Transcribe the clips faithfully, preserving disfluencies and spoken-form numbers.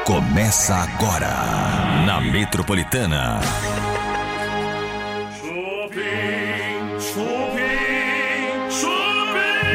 Começa agora na Metropolitana. Chupim, chupim, chupim.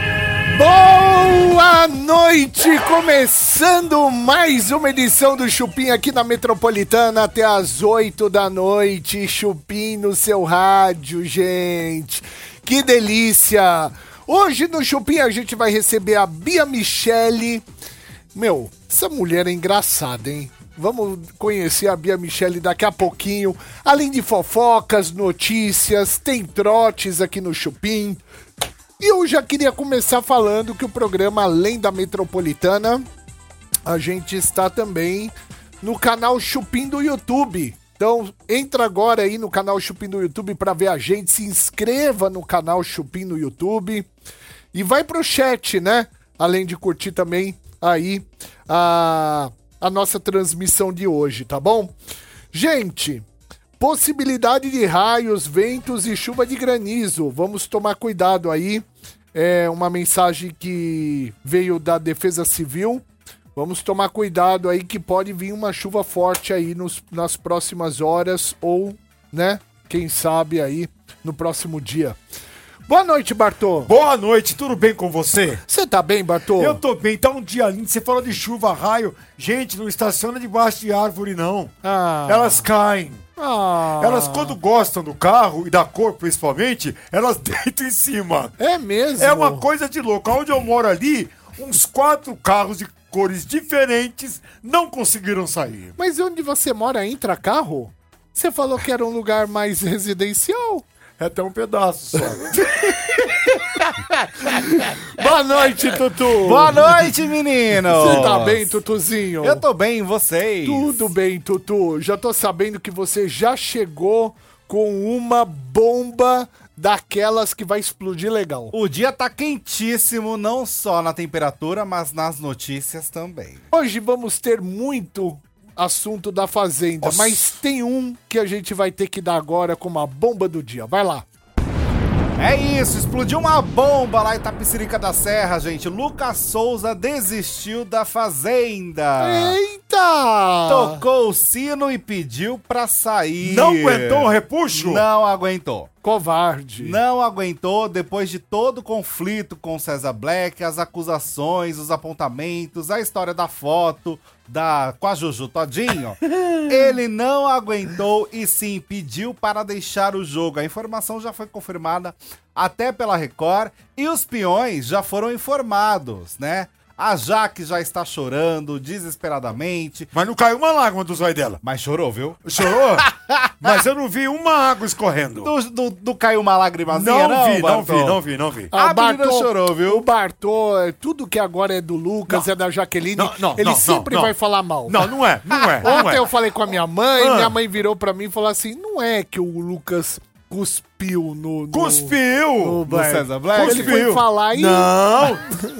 Boa noite! Começando mais uma edição do Chupim aqui na Metropolitana até as oito da noite. Chupim no seu rádio, gente. Que delícia! Hoje no Chupim a gente vai receber a Bia Michele. Meu, essa mulher é engraçada, hein? Vamos conhecer a Bia Michele daqui a pouquinho. Além de fofocas, notícias, tem trotes aqui no Chupim. E eu já queria começar falando que o programa, além da Metropolitana, a gente está também no canal Chupim do YouTube. Então, entra agora aí no canal Chupim do YouTube para ver a gente. Se inscreva no canal Chupim no YouTube. E vai pro chat, né? Além de curtir também aí a, a nossa transmissão de hoje, tá bom? Gente, possibilidade de raios, ventos e chuva de granizo. Vamos tomar cuidado aí. É uma mensagem que veio da Defesa Civil. Vamos tomar cuidado aí que pode vir uma chuva forte aí nos, nas próximas horas ou, né, quem sabe aí no próximo dia. Boa noite, Bartô. Boa noite, tudo bem com você? Você tá bem, Bartô? Eu tô bem, tá um dia lindo, você falou de chuva, raio. Gente, não estaciona debaixo de árvore, não. Ah. Elas caem. Ah. Elas, quando gostam do carro e da cor, principalmente, elas deitam em cima. É mesmo? É uma coisa de louco. Onde eu moro ali, uns quatro carros de cores diferentes não conseguiram sair. Mas onde você mora entra carro? Você falou que era um lugar mais residencial. É até um pedaço só. Boa noite, Tutu. Boa noite, menino. Você tá bem, Tutuzinho? Eu tô bem, e vocês? Tudo bem, Tutu. Já tô sabendo que você já chegou com uma bomba daquelas que vai explodir legal. O dia tá quentíssimo, não só na temperatura, mas nas notícias também. Hoje vamos ter muito assunto da Fazenda, Nossa. mas tem um que a gente vai ter que dar agora como a bomba do dia. Vai lá. É isso, explodiu uma bomba lá em Itapecerica da Serra, gente. Lucas Souza desistiu da Fazenda. Eita! Tocou o sino e pediu pra sair. Não aguentou o repuxo? Não aguentou. Covarde. Não aguentou depois de todo o conflito com César Black, as acusações, os apontamentos, a história da foto da, com a Juju Todinho. Ele não aguentou e sim pediu para deixar o jogo. A informação já foi confirmada até pela Record e os peões já foram informados, né? A Jaque já está chorando desesperadamente. Mas não caiu uma lágrima dos olhos dela. Mas chorou, viu? Chorou? Mas eu não vi uma água escorrendo. Do, do, do caiu uma lagrimazinha, Não, não, vi, não Bartô? vi, não vi, não vi. A menina chorou, viu? O Bartô, é, tudo que agora é do Lucas, Não. é da Jaqueline, Não, não, ele não, sempre não, vai não. falar mal. Não, não é, não é, não Ontem é. eu falei com a minha mãe, Ah. minha mãe virou pra mim e falou assim, não é que o Lucas cuspiu no... no Cuspiu! no Black. César Black? Ele foi falar e... Não!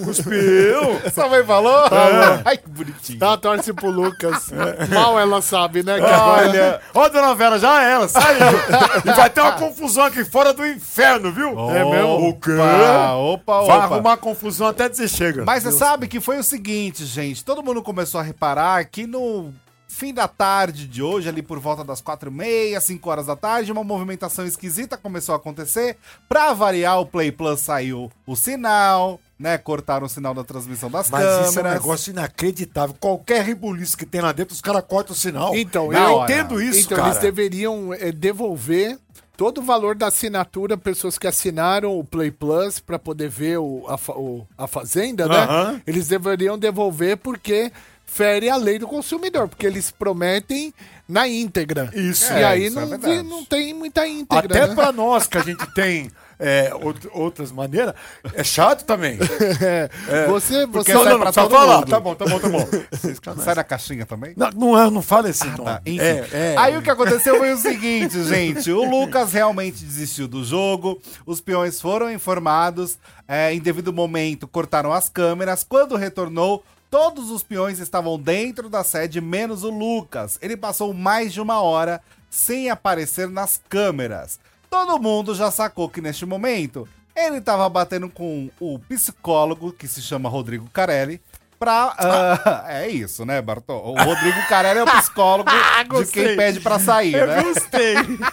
Cuspiu! Sua mãe falou? É. Ai, que bonitinho. Ela torce pro Lucas. Mal ela sabe, né? Que agora... Olha, ó, dona Vera, já é ela, saiu. E vai ter uma confusão aqui fora do inferno, viu? É mesmo? O quê? Opa, opa, Vai opa. arrumar confusão até dizer chega. Mas você sabe que foi o seguinte, gente. Todo mundo começou a reparar que no fim da tarde de hoje, ali por volta das quatro e meia, cinco horas da tarde, uma movimentação esquisita começou a acontecer. Pra variar, o Play Plus saiu o sinal, né? Cortaram o sinal da transmissão das Mas câmeras. isso é um negócio inacreditável. Qualquer rebuliço que tem lá dentro, os caras cortam o sinal. Então, eu eu- entendo isso, Então, cara. eles deveriam é, devolver todo o valor da assinatura, pessoas que assinaram o Play Plus para poder ver o, a, fa- o- a Fazenda, né? Aham. Eles deveriam devolver porque fere a lei do consumidor, porque eles prometem na íntegra. Isso. E É, aí isso é não, verdade. vi- não tem muita íntegra, Até né? pra nós que a gente tem é, out- outras maneiras, é chato também. É, Você, você Não, sai não, pra não precisa todo falar. mundo. Tá bom, tá bom, tá bom. Sai da caixinha também? Não, não, é, não fala esse nome. Tá, enfim. É, é. Aí o que aconteceu foi o seguinte, gente. O Lucas realmente desistiu do jogo. Os peões foram informados. É, em devido momento, cortaram as câmeras. Quando retornou, todos os peões estavam dentro da sede, menos o Lucas. Ele passou mais de uma hora sem aparecer nas câmeras. Todo mundo já sacou que neste momento ele estava batendo com o psicólogo, que se chama Rodrigo Carelli, pra... ah, é isso, né, Bartô? O Rodrigo Carelli é o psicólogo Ah, de gostei. quem pede pra sair, Eu né? gostei.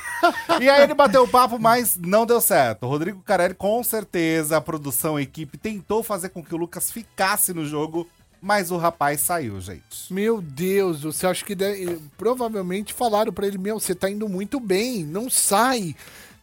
E aí ele bateu o papo, mas não deu certo. O Rodrigo Carelli, com certeza, a produção, a equipe, tentou fazer com que o Lucas ficasse no jogo, mas o rapaz saiu, gente. Meu Deus, você acha que deve- provavelmente falaram pra ele, meu, você tá indo muito bem, não sai.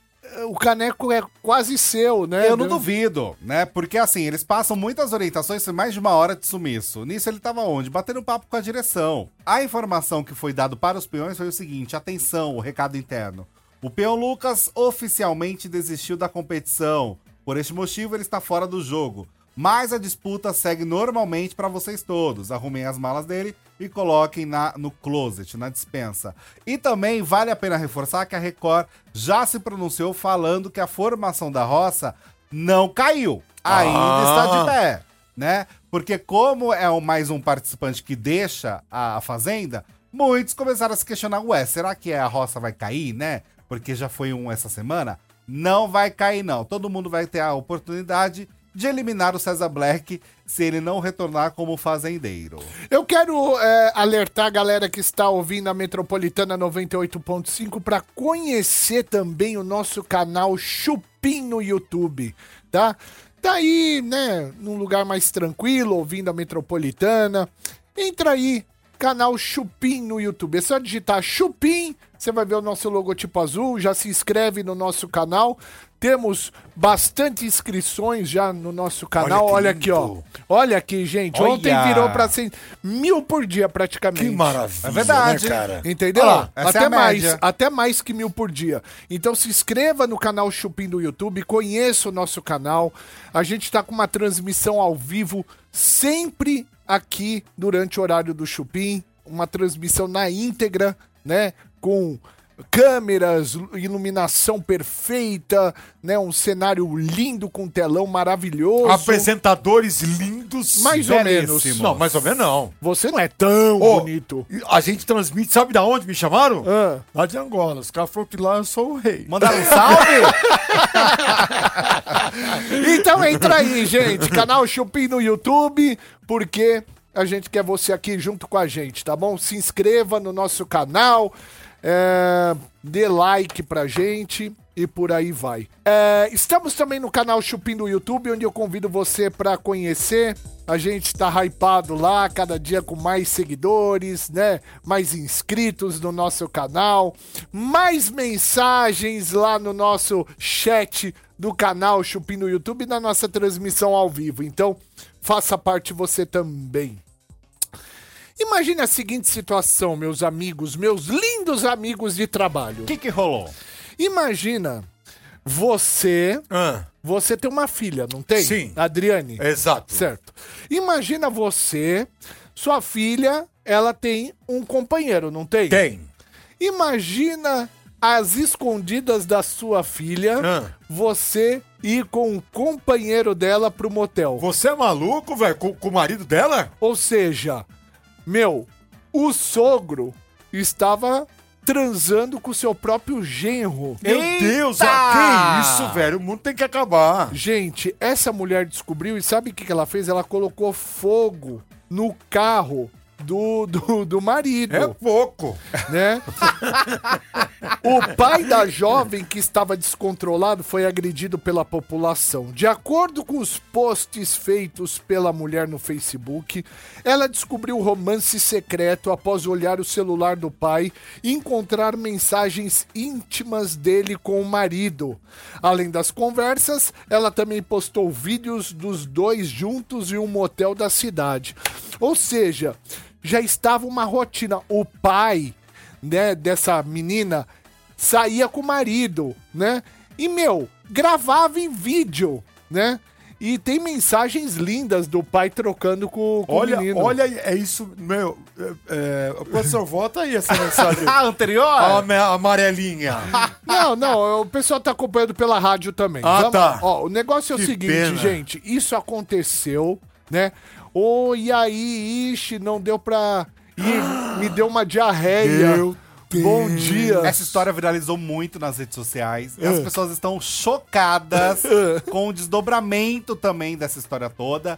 O caneco é quase seu, né? Eu não duvido, né? Porque assim, eles passam muitas orientações em mais de uma hora de sumiço. Nisso ele tava onde? Batendo papo com a direção. A informação que foi dada para os peões foi o seguinte: atenção, o recado interno. O peão Lucas oficialmente desistiu da competição. Por este motivo, ele está fora do jogo. Mas a disputa segue normalmente para vocês todos. Arrumem as malas dele e coloquem na, no closet, na dispensa. E também vale a pena reforçar que a Record já se pronunciou falando que a formação da roça não caiu. Ainda Ah. está de pé, né? Porque como é o mais um participante que deixa a, a fazenda, muitos começaram a se questionar, ué, será que a roça vai cair, né? Porque já foi um essa semana. Não vai cair, não. Todo mundo vai ter a oportunidade de eliminar o César Black se ele não retornar como fazendeiro. Eu quero é, alertar a galera que está ouvindo a Metropolitana noventa e oito ponto cinco para conhecer também o nosso canal Chupim no YouTube, tá? Tá aí, né, num lugar mais tranquilo, ouvindo a Metropolitana. Entra aí, canal Chupim no YouTube. É só digitar Chupim, você vai ver o nosso logotipo azul, já se inscreve no nosso canal. Temos bastante inscrições já no nosso canal. Olha Olha, que aqui, ó. lindo. Olha aqui, gente. Olha. Ontem virou pra cem mil por dia, praticamente. Que maravilha, É verdade. né, cara? Entendeu? Olha lá, essa até é a mais, média. até mais que mil por dia. Então se inscreva no canal Chupim do YouTube, conheça o nosso canal. A gente tá com uma transmissão ao vivo sempre aqui durante o horário do Chupim, uma transmissão na íntegra, né? Com câmeras, iluminação perfeita, né? Um cenário lindo com telão maravilhoso. Apresentadores lindos. Mais ou menos. belíssimos. Não, mais ou menos não. Você não é tão Ô, bonito. e A gente transmite, sabe da onde me chamaram? Ah. Lá de Angola. Os caras falaram que lá eu sou o rei. Mandaram um salve? Então entra aí, gente. Canal Chupim no YouTube, porque a gente quer você aqui junto com a gente, tá bom? Se inscreva no nosso canal, é, dê like pra gente e por aí vai. É, estamos também no canal Chupim do YouTube, onde eu convido você pra conhecer. A gente tá hypado lá, cada dia com mais seguidores, né? Mais inscritos no nosso canal, mais mensagens lá no nosso chat do canal Chupim no YouTube e na nossa transmissão ao vivo. Então, faça parte você também. Imagine a seguinte situação, meus amigos, meus lindos amigos de trabalho. O que que rolou? Imagina você, Ah, você tem uma filha, não tem? Sim. Adriane? exato. Certo. Imagina você, sua filha, ela tem um companheiro, não tem? Tem. Imagina às escondidas da sua filha, Ah. você ir com o companheiro dela pro motel. Você é maluco, velho? Com, com o marido dela? Ou seja, meu, o sogro estava transando com o seu próprio genro. Meu Eita! Deus, ah, que isso, velho? O mundo tem que acabar. Gente, essa mulher descobriu e sabe o que que ela fez? Ela colocou fogo no carro do, do, do marido. É pouco. Né? O pai da jovem que estava descontrolado foi agredido pela população. De acordo com os posts feitos pela mulher no Facebook, ela descobriu o romance secreto após olhar o celular do pai e encontrar mensagens íntimas dele com o marido. Além das conversas, ela também postou vídeos dos dois juntos em um motel da cidade. Ou seja, já estava uma rotina. O pai, né, dessa menina saía com o marido, né? E, meu, gravava em vídeo, né? E tem mensagens lindas do pai trocando com, com Olha, o menino. olha, é isso, meu. É, é, o professor, volta aí essa mensagem. Ah, anterior? A ame- amarelinha. Não, não, o pessoal tá acompanhando pela rádio também. Ah, tá. Ó, o negócio é o Que seguinte, pena. gente. Isso aconteceu, né? Ô, e aí, ixi, não deu pra ir, me deu uma diarreia. Meu Bom dia. Essa história viralizou muito nas redes sociais. E Ah. as pessoas estão chocadas com o desdobramento também dessa história toda.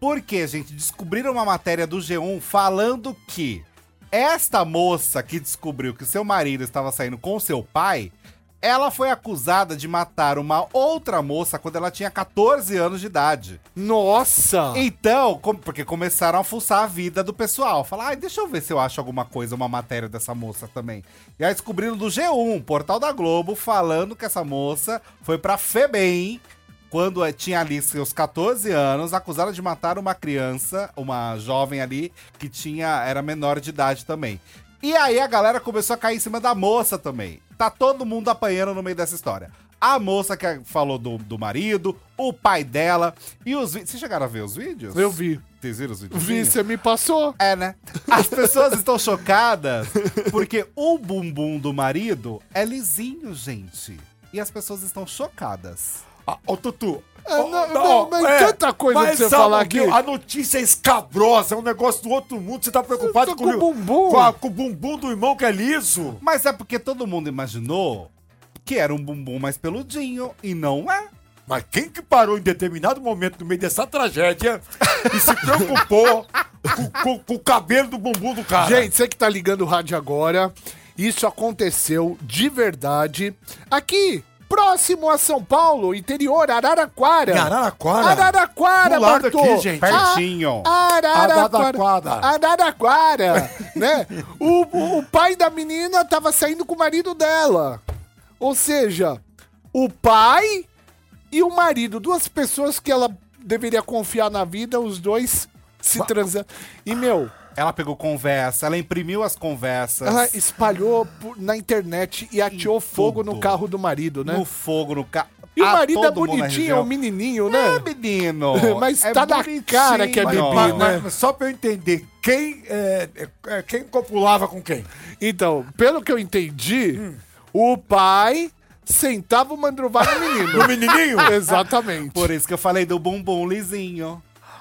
Porque, gente, descobriram uma matéria do G um falando que esta moça que descobriu que seu marido estava saindo com seu pai, ela foi acusada de matar uma outra moça quando ela tinha catorze anos de idade. Nossa! Então, com- porque começaram a fuçar a vida do pessoal. Falar, ai, deixa eu ver se eu acho alguma coisa, uma matéria dessa moça também. E aí descobriram do G um, portal da Globo, falando que essa moça foi pra FEBEM, quando eh, tinha ali seus catorze anos, acusada de matar uma criança, uma jovem ali, que tinha era menor de idade também. E aí a galera começou a cair em cima da moça também. Tá todo mundo apanhando no meio dessa história. A moça que falou do, do marido, o pai dela e os vídeos. Vocês chegaram a ver os vídeos? Eu vi. Vocês viram os vídeos? Vi, você me passou. É, né? As pessoas estão chocadas porque o bumbum do marido é lisinho, gente. E as pessoas estão chocadas. Ah, ô, Tutu. Ah, ó, não, ó, não, mas tanta coisa mas pra você sabe falar o que? aqui. A notícia é escabrosa, é um negócio do outro mundo. Você tá preocupado Eu tô com, com o bumbum. Com, a- com o bumbum do irmão que é liso? Mas é porque todo mundo imaginou que era um bumbum mais peludinho. E não é. Mas quem que parou em determinado momento no meio dessa tragédia e se preocupou com, com- com o cabelo do bumbum do cara? Gente, você que tá ligando o rádio agora, isso aconteceu de verdade aqui, próximo a São Paulo, interior, Araraquara. Em Araraquara? Araraquara, Do lado Bartô. aqui, gente. Pertinho. A- Araraquara. Araraquara. Araraquara, né? O, o, o pai da menina tava saindo com o marido dela. Ou seja, o pai e o marido, duas pessoas que ela deveria confiar na vida, os dois se transando. E, meu, Ela pegou conversa, ela imprimiu as conversas. ela espalhou por- na internet e ateou fogo tudo. no carro do marido, né? No fogo, no carro. E o marido é bonitinho, é um menininho, né? É, menino. Mas É tá na bonitinho. cara que é Mas, bebê, mas- né? mas só pra eu entender, quem, é, é, é, quem copulava com quem? Então, pelo que eu entendi, o pai sentava o mandruvá no menino. No menininho? Exatamente. Por isso que eu falei do bumbum lisinho.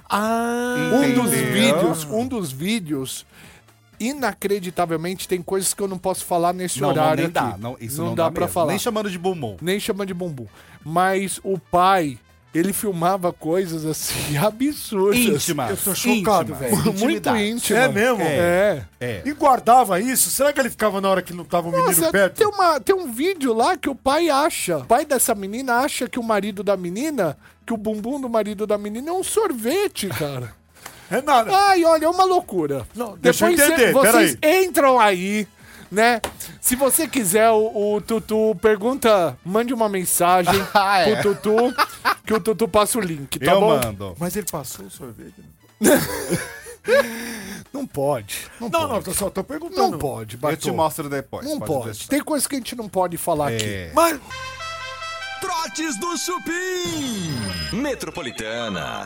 Ah, Um dos Entendeu? vídeos, um dos vídeos, inacreditavelmente, tem coisas que eu não posso falar nesse Não, não, horário nem aqui. dá. Não, isso não, não dá, pra mesmo. falar. Nem Nem, chamando de bumbum. chama de bumbum. Mas o pai, ele filmava coisas assim absurdas. Íntimas. Eu tô chocado, íntimas, velho. Muito intimidade. íntimo. É mesmo? É. É. E guardava isso? Será que ele ficava na hora que não tava o menino Nossa, perto? tem, uma, tem um vídeo lá que o pai acha, o pai dessa menina acha que o marido da menina, que o bumbum do marido da menina é um sorvete, cara. É nada. Ai, olha, é uma loucura. Não, deixa eu Depois cê- entender, vocês peraí. entram aí, né? Se você quiser, o, o Tutu pergunta, mande uma mensagem Ah, é. pro Tutu, que o Tutu passa o link, tá eu bom? mando. Mas ele passou o sorvete. né? Não pode. Não, Não, pode. não, eu só tô perguntando. Não pode, Eu Bartô. te mostro depois. Não pode. deixar. Tem coisa que a gente não pode falar aqui. É. Mas Trotes do Chupim. Metropolitana.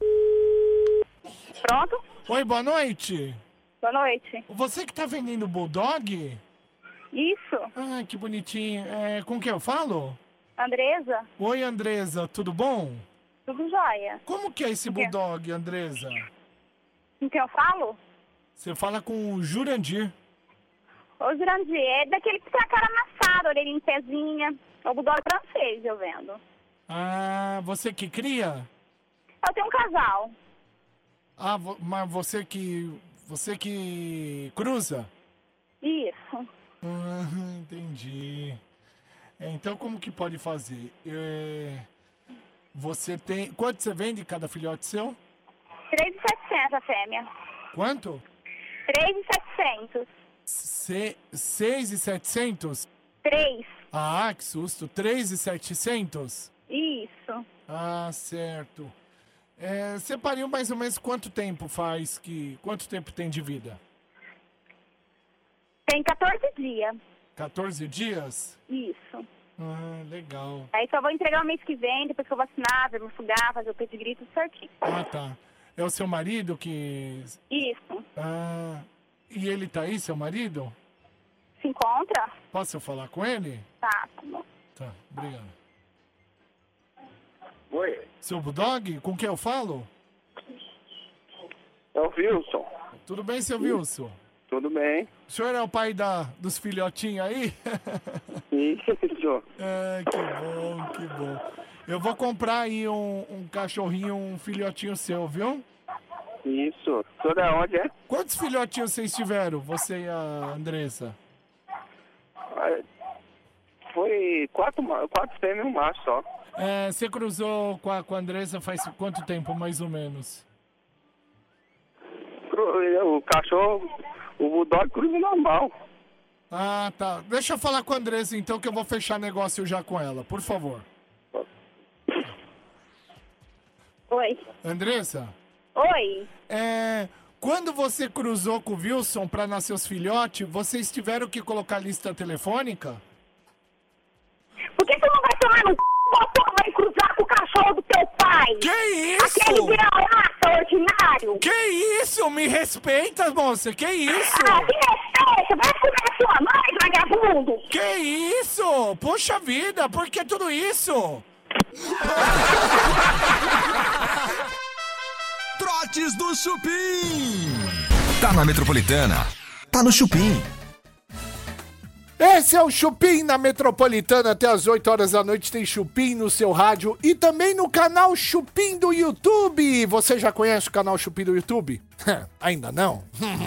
Pronto? Oi, boa noite. Boa noite. Você que tá vendendo Bulldog? Isso, Ah, que bonitinho. É, com quem eu falo? Andresa, Oi, Andresa, tudo bom? tudo jóia. Como que é esse quê? Bulldog, Andresa? Com quem eu falo? Você fala com o Jurandir. Ô, Jurandir, é daquele que tem a cara amassada, orelha em pezinha. É o bulldog francês, eu vendo. Ah, você que cria? Eu tenho um casal. Ah, vo- mas você que... Você que cruza? Isso. Ah, entendi. É, então, como que pode fazer? É, você tem... Quanto você vende cada filhote seu? três mil e setecentos a fêmea. Quanto? três mil e setecentos. Se, seis e setecentos? três. Ah, que susto. três e setecentos? Isso. Ah, certo. É, você pariu mais ou menos quanto tempo faz que... Quanto tempo tem de vida? Tem quatorze dias. quatorze dias? Isso. Ah, legal. Aí só vou entregar o mês que vem, depois que eu vacinar, vermifugar, fazer o pedigree, tudo certinho. Ah, tá. É o seu marido que... Isso. Ah, e ele tá aí, seu marido? Se encontra? Posso falar com ele? Tá, tá bom. Tá, obrigado. Oi, Seu Bulldog, com quem eu falo? é o Wilson. Tudo bem, seu Wilson? Tudo bem? O senhor é o pai da, dos filhotinhos aí? Isso. Ah, que bom, que bom. Eu vou comprar aí um, um cachorrinho, um filhotinho seu, viu? Isso. Sou da onde, é? Quantos filhotinhos vocês tiveram, você e a Andressa? Ah, Foi quatro, ma- quatro fêmeas e um macho só. É, você cruzou com a, com a Andressa faz quanto tempo, mais ou menos? Cru- O cachorro, o bulldog cruza normal. Ah, tá. Deixa eu falar com a Andressa, então, que eu vou fechar negócio já com ela, por favor. Oi. Andressa, Oi. é, quando você cruzou com o Wilson para nascer os filhotes, vocês tiveram que colocar lista telefônica? Por que tu não vai tomar no c... tua mãe cruzar com o cachorro do teu pai? Que Aquele isso? vira-lata ordinário? Que isso? Me respeita, moça, que isso? Ah, que respeito! Vai comer sua mãe, vagabundo! Que isso? Puxa vida, por que tudo isso? Trotes do Chupim. Tá na Metropolitana. Tá no Chupim. Esse é o Chupim na Metropolitana, até as oito horas da noite tem Chupim no seu rádio e também no canal Chupim do YouTube. Você já conhece o canal Chupim do YouTube? Ainda não?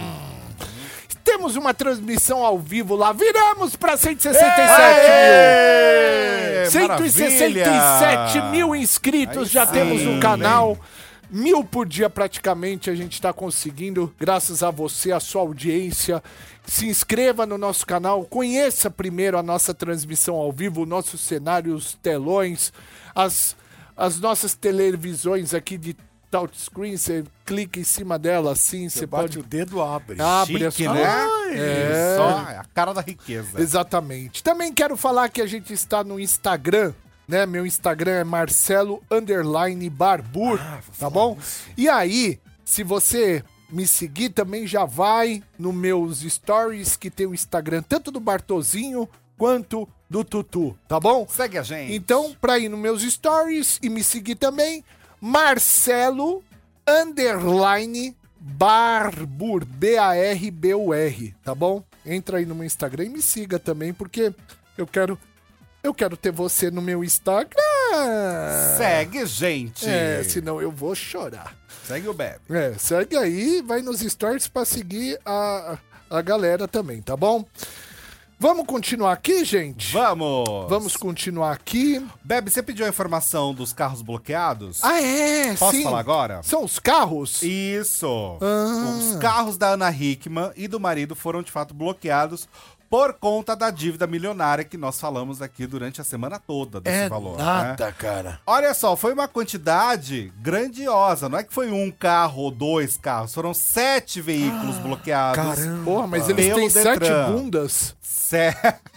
Temos uma transmissão ao vivo lá, viramos para cento e sessenta e sete mil! cento e sessenta e sete mil inscritos Aí já sim, temos no canal. bem. Mil por dia praticamente a gente está conseguindo, graças a você, a sua audiência. Se inscreva no nosso canal, conheça primeiro a nossa transmissão ao vivo, o nosso cenário, os telões, as, as nossas televisões aqui de touchscreen, você clica em cima dela assim, você Bate pode... o dedo, abre. Abre Chique, as- né? Ai, é. Só a cara da riqueza. Exatamente. Também quero falar que a gente está no Instagram, né? Meu Instagram é Marcelo underline Barbur, tá bom? E aí, se você me seguir, também já vai nos meus stories, que tem o Instagram tanto do Bartozinho quanto do Tutu, tá bom? Segue a gente. Então, pra ir nos meus stories e me seguir também, Marcelo underline Barbur, B A R B U R, tá bom? Entra aí no meu Instagram e me siga também, porque eu quero, eu quero ter você no meu Instagram. Segue, gente. É, senão eu vou chorar. Segue o Bebe. É, segue aí, vai nos stories pra seguir a, a galera também, tá bom? Vamos continuar aqui, gente? Vamos. Vamos continuar aqui. Bebe, você pediu a informação dos carros bloqueados? Ah, é? Posso sim. falar agora? São os carros? Isso. Ah. Os carros da Ana Hickman e do marido foram de fato bloqueados por conta da dívida milionária que nós falamos aqui durante a semana toda desse É valor. né? nada, cara. Olha só, foi uma quantidade grandiosa. Não é que foi um carro ou dois carros, foram sete veículos bloqueados. caramba. Porra, mas eles Pelo têm sete Detran. bundas? Se...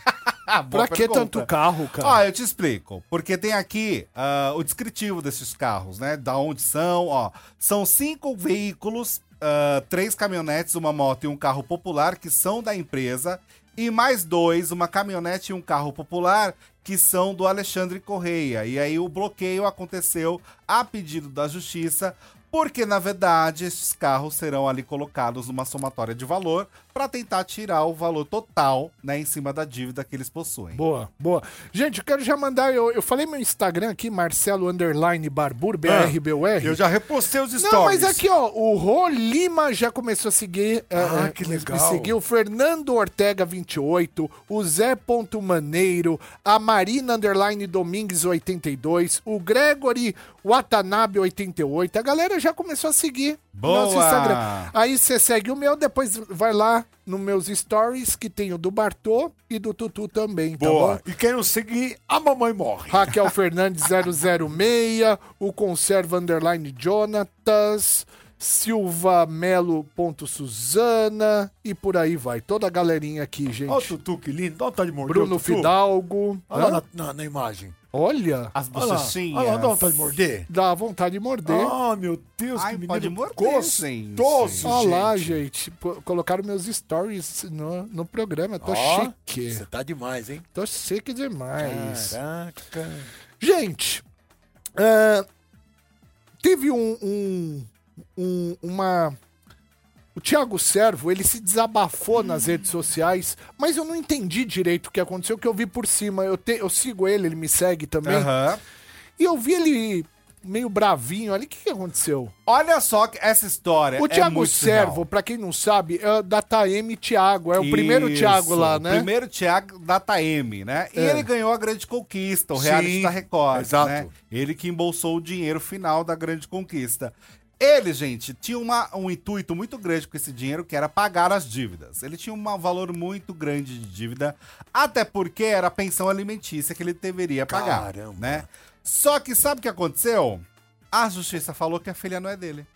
Boa Pra que pergunta. tanto carro, cara? Ó, eu te explico. Porque tem aqui ah, o descritivo desses carros, né? Da onde são, ó. São cinco veículos, ah, três caminhonetes, uma moto e um carro popular que são da empresa. E mais dois, uma caminhonete e um carro popular, que são do Alexandre Correia. E aí o bloqueio aconteceu a pedido da justiça, porque, na verdade, esses carros serão ali colocados numa somatória de valor para tentar tirar o valor total, né, em cima da dívida que eles possuem. Boa, boa. Gente, eu quero já mandar, eu, eu falei meu Instagram aqui, Marcelo underline Barbur, B A R B U R. Eu já repostei os stories. Não, mas aqui, ó, o Rô Lima já começou a seguir. Ah, é, que me- legal. Me seguiu, o Fernando Ortega vinte e oito, o Zé Ponto Maneiro, a Marina Underline Domingues oitenta e dois, o Gregory Watanabe oitenta e oito. A galera já começou a seguir Boa! nosso Instagram. Aí você segue o meu, depois vai lá nos meus stories, que tem o do Bartô e do Tutu também, tá Boa. bom? E quem não seguir, a mamãe morre. Raquel Fernandes zero zero seis, o Conserva Underline Jonatas, Silva Melo ponto Suzana e por aí vai. Toda a galerinha aqui, gente. Olha o Tutu, que lindo. Dá vontade de morder. Bruno o Tutu. Fidalgo. Olha lá Hã? na, na, na imagem. Olha, As Olha lá. bochechinhas. Olha lá, dá vontade de morder. dá vontade de morder. Ah, meu Deus, Ai, que menino pode morder, gostoso, Olha lá, gente. gente. Pô, colocaram meus stories no, no programa. Tô Ó, chique. Você tá demais, hein? Tô chique demais. Caraca. Gente, ah, teve um, um, um- uma... O Thiago Servo, ele se desabafou nas redes sociais, mas eu não entendi direito o que aconteceu, que eu vi por cima. Eu, te- eu sigo ele, ele me segue também. Aham. E eu vi ele meio bravinho ali. O que, que aconteceu? Olha só que essa história O é Thiago muito Servo, real. pra quem não sabe, é da Taeme Thiago. É o primeiro Isso, Thiago lá, né? O primeiro Thiago da Taeme, né? E É. ele ganhou a Grande Conquista, o Sim, reality da Record, exato. né? Ele que embolsou o dinheiro final da Grande Conquista. Ele, gente, tinha uma, um intuito muito grande com esse dinheiro, que era pagar as dívidas. Ele tinha um valor muito grande de dívida, até porque era a pensão alimentícia que ele deveria pagar, Caramba. né? Só que sabe o que aconteceu? A justiça falou que a filha não é dele.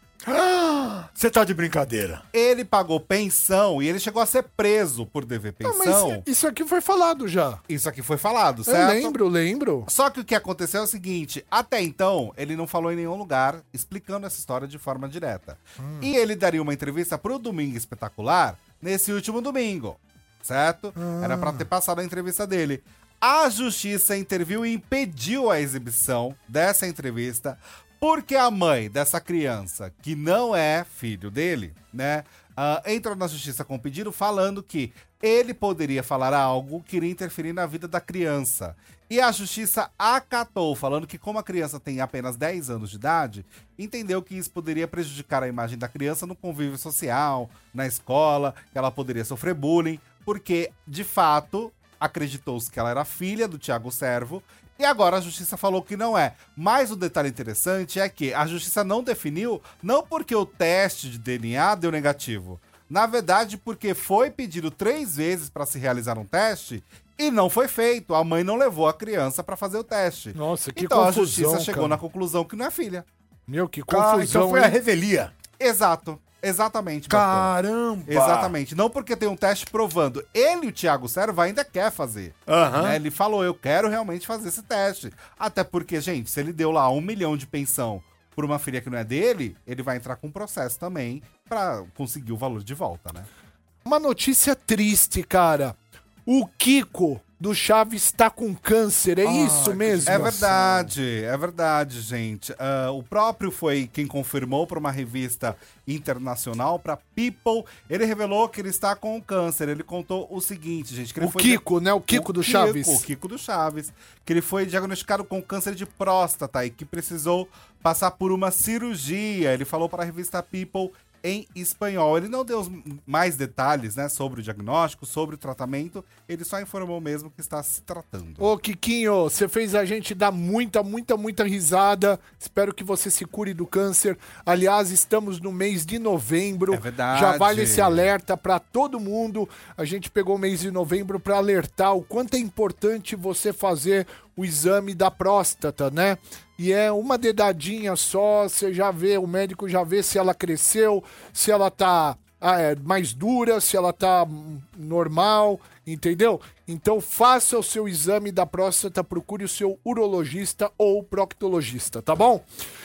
Você tá de brincadeira. Ele pagou pensão e ele chegou a ser preso por dever Ah, pensão. mas isso aqui foi falado já. Isso aqui foi falado, Eu certo? lembro, lembro. Só que o que aconteceu é o seguinte, até então, ele não falou em nenhum lugar explicando essa história de forma direta. Hum. E ele daria uma entrevista pro Domingo Espetacular nesse último domingo, certo? Ah. Era pra ter passado a entrevista dele. A justiça interviu e impediu a exibição dessa entrevista porque a mãe dessa criança, que não é filho dele, né, ah, entrou na justiça com um pedido falando que ele poderia falar algo que iria interferir na vida da criança. E a justiça acatou, falando que como a criança tem apenas dez anos de idade, entendeu que isso poderia prejudicar a imagem da criança no convívio social, na escola, que ela poderia sofrer bullying, porque, de fato, acreditou-se que ela era filha do Thiago Servo, e agora a justiça falou que não é. Mas o detalhe interessante é que a justiça não definiu, não porque o teste de D N A deu negativo. Na verdade, porque foi pedido três vezes para se realizar um teste e não foi feito. A mãe não levou a criança para fazer o teste. Nossa, que então confusão, a justiça chegou cara. na conclusão que não é filha. Meu, que Cara, confusão, então foi a hein? revelia. Exato. Exatamente, pastor. Caramba. Exatamente. Não porque tem um teste provando. Ele e o Thiago Serva ainda quer fazer. Aham. Né? Ele falou, eu quero realmente fazer esse teste. Até porque, gente, se ele deu lá um milhão de pensão por uma filha que não é dele, ele vai entrar com um processo também pra conseguir o valor de volta, né? Uma notícia triste, cara. O Kiko do Chaves tá com câncer, é isso mesmo? É verdade, é verdade, gente. Ah, o próprio foi quem confirmou para uma revista internacional, para People. Ele revelou que ele está com câncer. Ele contou o seguinte, gente. Que ele O foi Kiko, né? O Kiko do Chaves. O Kiko do Chaves. Que ele foi diagnosticado com câncer de próstata e que precisou passar por uma cirurgia. Ele falou para a revista People em espanhol. Ele não deu mais detalhes, né, sobre o diagnóstico, sobre o tratamento. Ele só informou mesmo que está se tratando. Ô, Kikinho, você fez a gente dar muita, muita, muita risada. Espero que você se cure do câncer. Aliás, estamos no mês de novembro. É verdade. Já vale esse alerta pra todo mundo. A gente pegou o mês de novembro pra alertar o quanto é importante você fazer o exame da próstata, né? E é uma dedadinha só, você já vê, o médico já vê se ela cresceu, se ela tá ah, é, mais dura, se ela tá hum, normal, entendeu? Então faça o seu exame da próstata, procure o seu urologista ou proctologista, tá bom?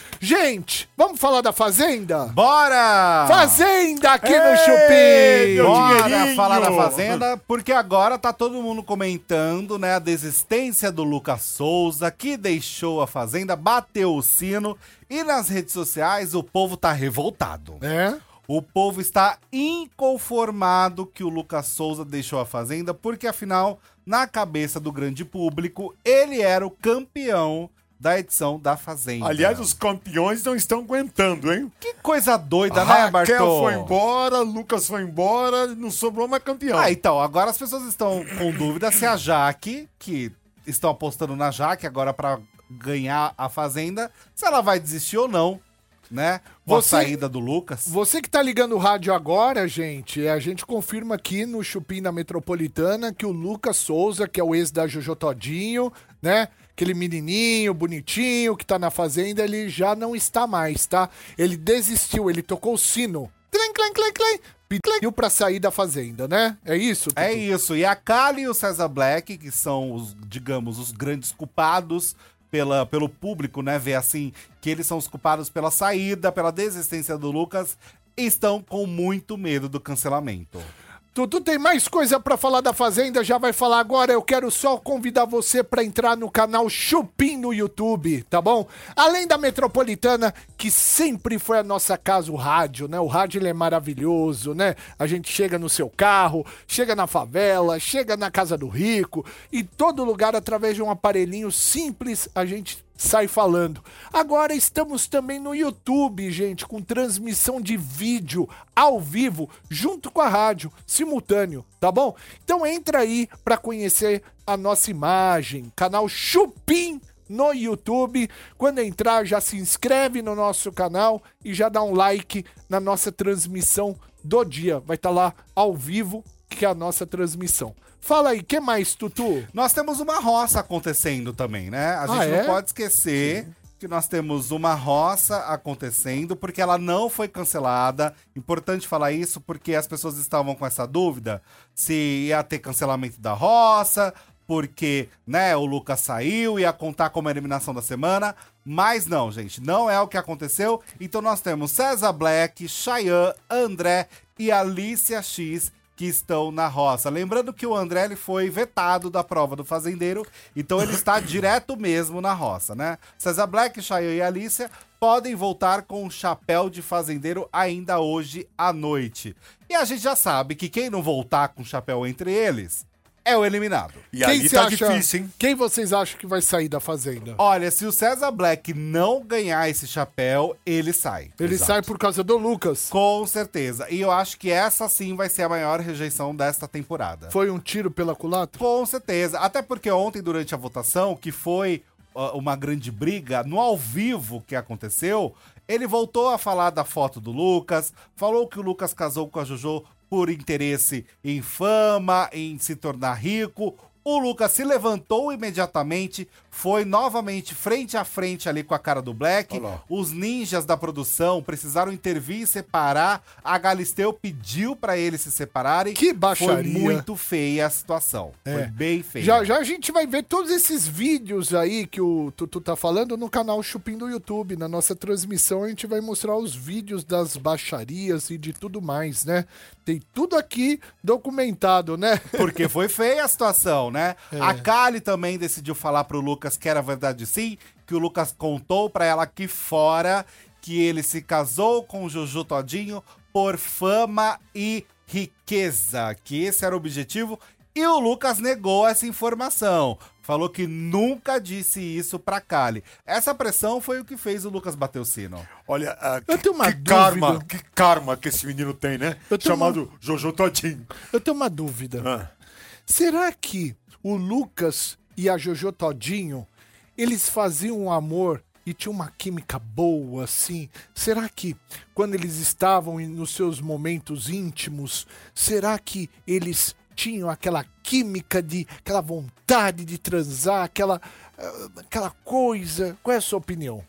Gente, vamos falar da Fazenda? Bora! Fazenda aqui no Ei, Chupim! meu Bora dinheirinho! falar da Fazenda, porque agora tá todo mundo comentando, né, a desistência do Lucas Souza, que deixou a Fazenda, bateu o sino, e nas redes sociais o povo tá revoltado. É? O povo está inconformado que o Lucas Souza deixou a Fazenda, porque afinal, na cabeça do grande público, ele era o campeão da edição da Fazenda. Aliás, os campeões não estão aguentando, hein? Que coisa doida, A né, Raquel Bartô? foi embora, Lucas foi embora, não sobrou mais campeão. Ah, então, agora as pessoas estão com dúvida se a Jaque, que estão apostando na Jaque agora pra ganhar a Fazenda, se ela vai desistir ou não, né? Com Você- a saída do Lucas. Você que tá ligando o rádio agora, gente, a gente confirma aqui no Chupim da Metropolitana que o Lucas Souza, que é o ex da Jojo Todinho, né? Aquele menininho bonitinho que tá na Fazenda, ele já não está mais, tá? Ele desistiu, ele tocou o sino. Clem, clem, clem, clem. Pediu pra sair da Fazenda, né? É isso? Tutu? É isso. E a Kali e o César Black, que são os, digamos, os grandes culpados pela, pelo público, né? Ver assim, que eles são os culpados pela saída, pela desistência do Lucas, estão com muito medo do cancelamento. Tutu, tem mais coisa pra falar da Fazenda? Já vai falar agora. Eu quero só convidar você pra entrar no canal Chupim no YouTube, tá bom? Além da Metropolitana, que sempre foi a nossa casa, o rádio, né? O rádio, ele é maravilhoso, né? A gente chega no seu carro, chega na favela, chega na casa do rico, e todo lugar, através de um aparelhinho simples, a gente sai falando. Agora estamos também no YouTube, gente, com transmissão de vídeo ao vivo, junto com a rádio, simultâneo, tá bom? Então entra aí para conhecer a nossa imagem, canal Chupim no YouTube. Quando entrar, já se inscreve no nosso canal e já dá um like na nossa transmissão do dia. Vai estar lá ao vivo, que é a nossa transmissão. Fala aí, o que mais, Tutu? Nós temos uma roça acontecendo também, né? A gente Ah, é? não pode esquecer Sim. que nós temos uma roça acontecendo, porque ela não foi cancelada. Importante falar isso, porque as pessoas estavam com essa dúvida se ia ter cancelamento da roça, porque, né, o Lucas saiu, ia contar como a eliminação da semana. Mas não, gente, não é o que aconteceu. Então nós temos César Black, Chayanne, André e Alicia X, que estão na roça. Lembrando que o André ele foi vetado da prova do fazendeiro, então ele está direto mesmo na roça, né? César Black, Chayanne e Alicia podem voltar com o chapéu de fazendeiro ainda hoje à noite. E a gente já sabe que quem não voltar com o chapéu entre eles é o eliminado. E Quem aí cê tá acha- difícil, hein? Quem vocês acham que vai sair da Fazenda? Olha, se o César Black não ganhar esse chapéu, ele sai. Ele Exato. sai por causa do Lucas. Com certeza. E eu acho que essa sim vai ser a maior rejeição desta temporada. Foi um tiro pela culatra? Com certeza. Até porque ontem, durante a votação, que foi uh, uma grande briga, no ao vivo que aconteceu, ele voltou a falar da foto do Lucas, falou que o Lucas casou com a Jojo por interesse em fama, em se tornar rico. O Lucas se levantou imediatamente, foi novamente frente a frente ali com a cara do Black. Olha lá. Os ninjas da produção precisaram intervir e separar. A Galisteu pediu pra eles se separarem. Que baixaria. Foi muito feia a situação. É. Foi bem feia. Já, já a gente vai ver todos esses vídeos aí que o Tutu tá falando no canal Chupim do YouTube. Na nossa transmissão a gente vai mostrar os vídeos das baixarias e de tudo mais, né? Tem tudo aqui documentado, né? Porque foi feia a situação, né? A Kali também decidiu falar pro Lucas que era verdade sim, que o Lucas contou pra ela aqui fora que ele se casou com o Juju Todinho por fama e riqueza, que esse era o objetivo, e o Lucas negou essa informação. Falou que nunca disse isso pra Kali. Essa pressão foi o que fez o Lucas bater o sino. Olha, ah, Eu que, tenho uma que karma, dúvida. que karma que esse menino tem, né? Eu tenho Chamado Jojo Todinho. Eu tenho uma dúvida. Ah. Será que o Lucas e a Jojo Todinho, eles faziam um amor e tinha uma química boa, assim? Será que quando eles estavam em- nos seus momentos íntimos, será que eles tinham aquela química, de aquela vontade de transar, aquela, ah, aquela coisa? Qual é a sua opinião?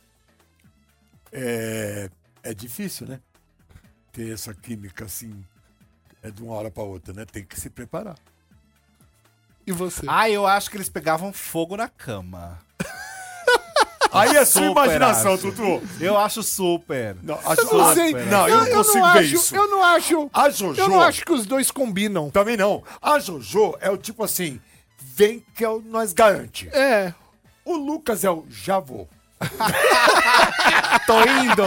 É, é difícil, né? Ter essa química assim, é de uma hora pra outra, né? Tem que se preparar. E você? Ah, eu acho que eles pegavam fogo na cama. Aí é sua Super imaginação, acho. Tutu. Eu acho super. Não, acho, Eu não sei. Não, eu não consigo não ver acho, isso. Eu não acho. A Jojo... Eu não acho que os dois combinam. Também não. A Jojo é o tipo assim, vem que é o nós garante. É. O Lucas é o já vou. Tô indo!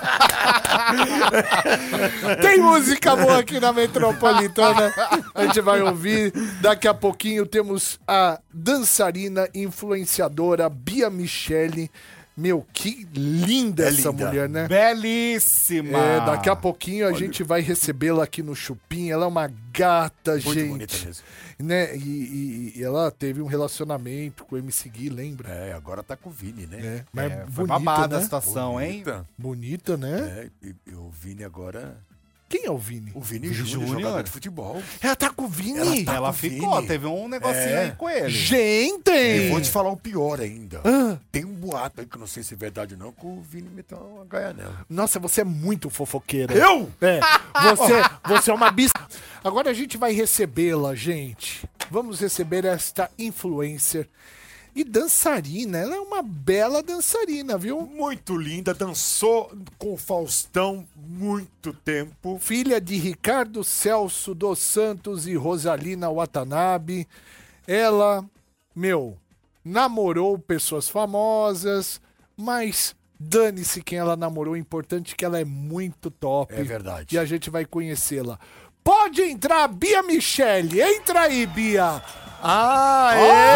Tem música boa aqui na Metropolitana. A gente vai ouvir. Daqui a pouquinho temos a dançarina influenciadora Bia Michele. Meu, que linda É essa linda. mulher, né? Belíssima! É, daqui a pouquinho a gente vai recebê-la aqui no Chupim. Ela é uma gata, Muito gente. bonita mesmo. Né? E, e- e ela teve um relacionamento com o M C Gui, lembra? É, agora tá com o Vini, né? É, mas É, foi bonita, babada a né? situação, hein? Bonita. Bonita, né? É, e, e o Vini agora... Quem é o Vini? O Vini, Vini Júnior, Júnior. jogador de futebol. Ela tá com o Vini? Ela tá Ela com o ficou, Vini. teve um negocinho É. aí com ele. Gente! E vou te falar o pior ainda. Ah. Tem um boato aí que eu não sei se é verdade ou não, que o Vini meteu uma gaia nela. Nossa, você é muito fofoqueira. Eu? É. Você, você é uma bis. Agora a gente vai recebê-la, gente. Vamos receber esta influencer e dançarina. Ela é uma bela dançarina, viu? Muito linda, dançou com o Faustão muito tempo. Filha de Ricardo Celso dos Santos e Rosalina Watanabe. Ela, meu, namorou pessoas famosas, mas dane-se quem ela namorou. O importante é que ela é muito top. É verdade. E a gente vai conhecê-la. Pode entrar, Bia Michele. Entra aí, Bia. Ah,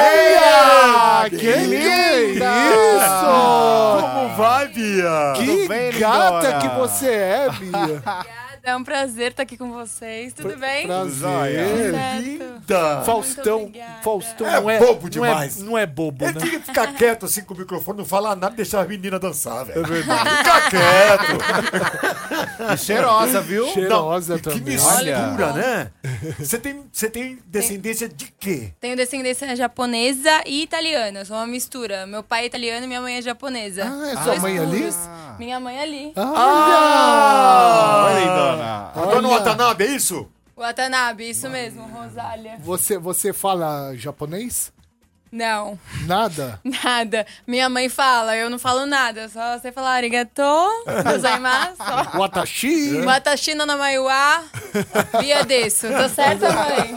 Olha! é! Que linda! Isso! Isso! Como vai, Bia? Que bem, gata lindona? que você é, Bia. É um prazer estar aqui com vocês, tudo bem? Prazer. Certo. Linda! Faustão, Muito obrigada. Faustão É não é bobo não é- demais. Não é, bobo, Ele né? tinha que ficar quieto assim com o microfone, não falar nada e deixar as meninas dançar, velho. É verdade. Fica quieto. E cheirosa, viu? Cheirosa Que também. mistura, né? Você tem, você tem descendência de quê? Tenho descendência japonesa e italiana, eu sou uma mistura. Meu pai é italiano e minha mãe é japonesa. Ah, é sua Dois mãe ali? puros. Minha mãe é ali. Ah, Oi, lindona. A dona Watanabe, é isso? Watanabe, isso mesmo, Rosália. Você, você fala japonês? Não, Nada? nada. Minha mãe fala, eu não falo nada, só sei falar arigato, gozaimasu, Watashi? watashi no namae wa Bia desu. Tô certa, mãe?